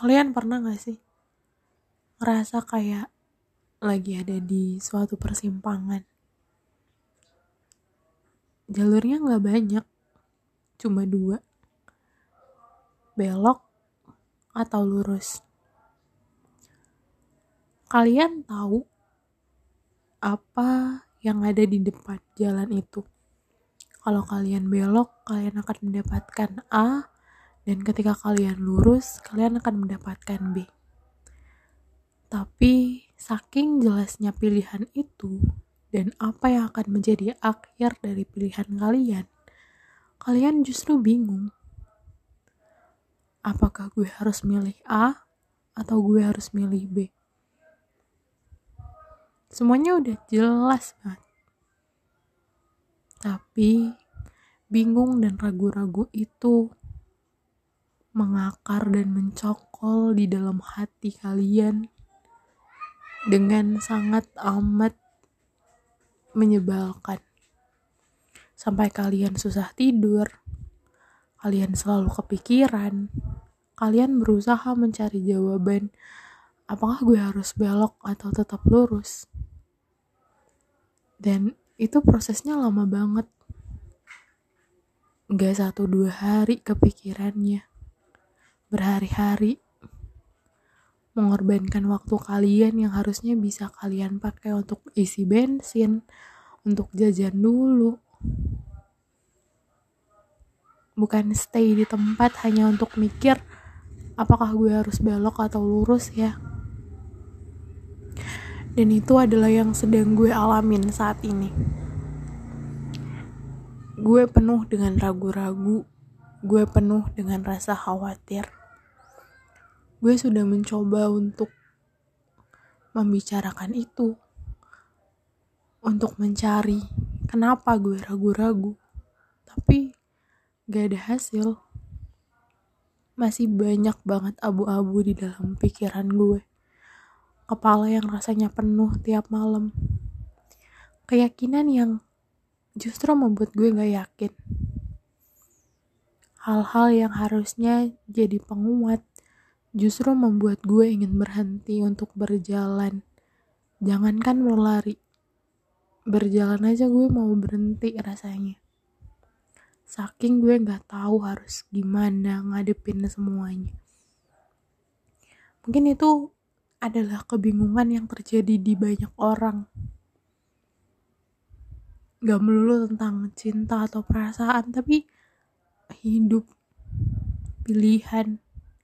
Kalian pernah gak sih ngerasa kayak lagi ada di suatu persimpangan? Jalurnya gak banyak, cuma dua, belok atau lurus. Kalian tahu apa yang ada di depan jalan itu? Kalau kalian belok, kalian akan mendapatkan A, dan ketika kalian lurus, kalian akan mendapatkan B. Tapi saking jelasnya pilihan itu dan apa yang akan menjadi akhir dari pilihan kalian, kalian justru bingung. Apakah gue harus milih A atau gue harus milih B? Semuanya udah jelas banget. Tapi bingung dan ragu-ragu itu mengakar dan mencokol di dalam hati kalian dengan sangat amat menyebalkan. Sampai kalian susah tidur, kalian selalu kepikiran, kalian berusaha mencari jawaban, apakah gue harus belok atau tetap lurus? Dan itu prosesnya lama banget. Gak 1-2 hari kepikirannya, berhari-hari. Mengorbankan waktu kalian yang harusnya bisa kalian pakai untuk isi bensin, untuk jajan dulu. Bukan stay di tempat hanya untuk mikir apakah gue harus belok atau lurus ya. Dan itu adalah yang sedang gue alamin saat ini. Gue penuh dengan ragu-ragu, gue penuh dengan rasa khawatir. Gue sudah mencoba untuk membicarakan itu, untuk mencari kenapa gue ragu-ragu, tapi gak ada hasil. Masih banyak banget abu-abu di dalam pikiran gue, kepala yang rasanya penuh tiap malam, keyakinan yang justru membuat gue gak yakin. Hal-hal yang harusnya jadi penguat justru membuat gue ingin berhenti untuk berjalan. Jangankan berlari, berjalan aja gue mau berhenti rasanya. Saking gue gak tahu harus gimana ngadepin semuanya. Mungkin itu adalah kebingungan yang terjadi di banyak orang. Gak melulu tentang cinta atau perasaan, tapi hidup, pilihan.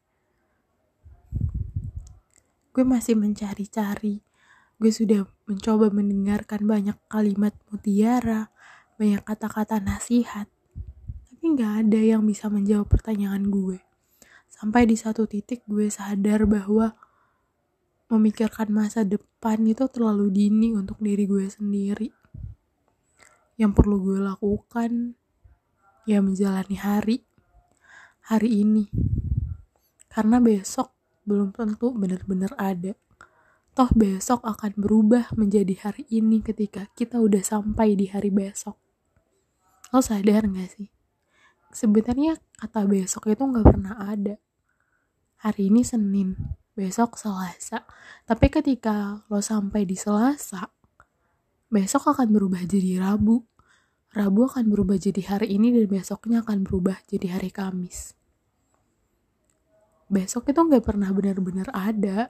Gue masih mencari-cari. Gue sudah mencoba mendengarkan banyak kalimat mutiara, banyak kata-kata nasihat, tapi gak ada yang bisa menjawab pertanyaan gue. Sampai di satu titik gue sadar bahwa memikirkan masa depan itu terlalu dini untuk diri gue sendiri. Yang perlu gue lakukan ya menjalani hari ini. Karena besok belum tentu benar-benar ada. Toh besok akan berubah menjadi hari ini ketika kita udah sampai di hari besok. Lo sadar gak sih? Sebenarnya kata besok itu gak pernah ada. Hari ini Senin, besok Selasa. Tapi ketika lo sampai di Selasa, besok akan berubah jadi Rabu. Rabu akan berubah jadi hari ini dan besoknya akan berubah jadi hari Kamis. Besok itu gak pernah benar-benar ada.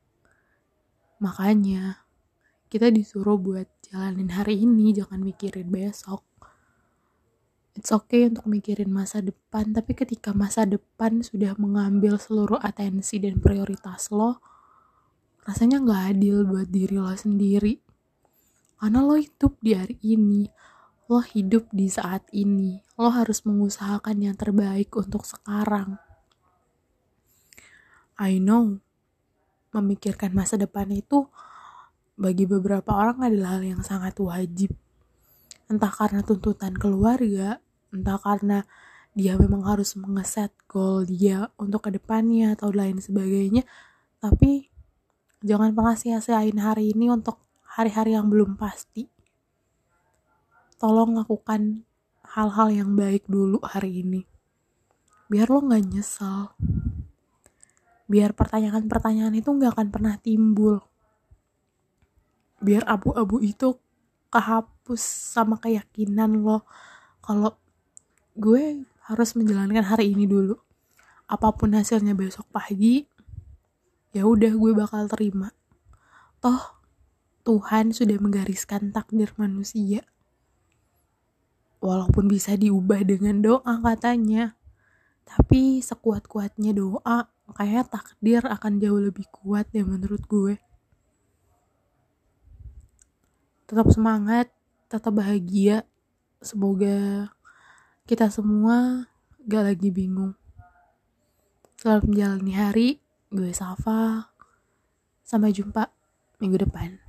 Makanya kita disuruh buat jalanin hari ini, jangan mikirin besok. It's okay untuk mikirin masa depan, tapi ketika masa depan sudah mengambil seluruh atensi dan prioritas lo, rasanya gak adil buat diri lo sendiri. Karena lo hidup di hari ini, lo hidup di saat ini, lo harus mengusahakan yang terbaik untuk sekarang. I know, memikirkan masa depan itu bagi beberapa orang adalah hal yang sangat wajib. Entah karena tuntutan keluarga, entah karena dia memang harus mengeset goal dia untuk kedepannya atau lain sebagainya. Tapi jangan pernah sia-siain hari ini untuk hari-hari yang belum pasti. Tolong lakukan hal-hal yang baik dulu hari ini, biar lo gak nyesel. biar pertanyaan-pertanyaan itu gak akan pernah timbul, biar abu-abu itu kehapus sama keyakinan lo kalau gue harus menjalankan hari ini dulu, apapun hasilnya besok pagi ya udah gue bakal terima, toh Tuhan sudah menggariskan takdir manusia. Walaupun bisa diubah dengan doa katanya, tapi sekuat-kuatnya doa, kayaknya takdir akan jauh lebih kuat ya menurut gue. Tetap semangat, tetap bahagia. Semoga kita semua gak lagi bingung. Selamat menjalani hari. Gue Safa. Sampai jumpa minggu depan.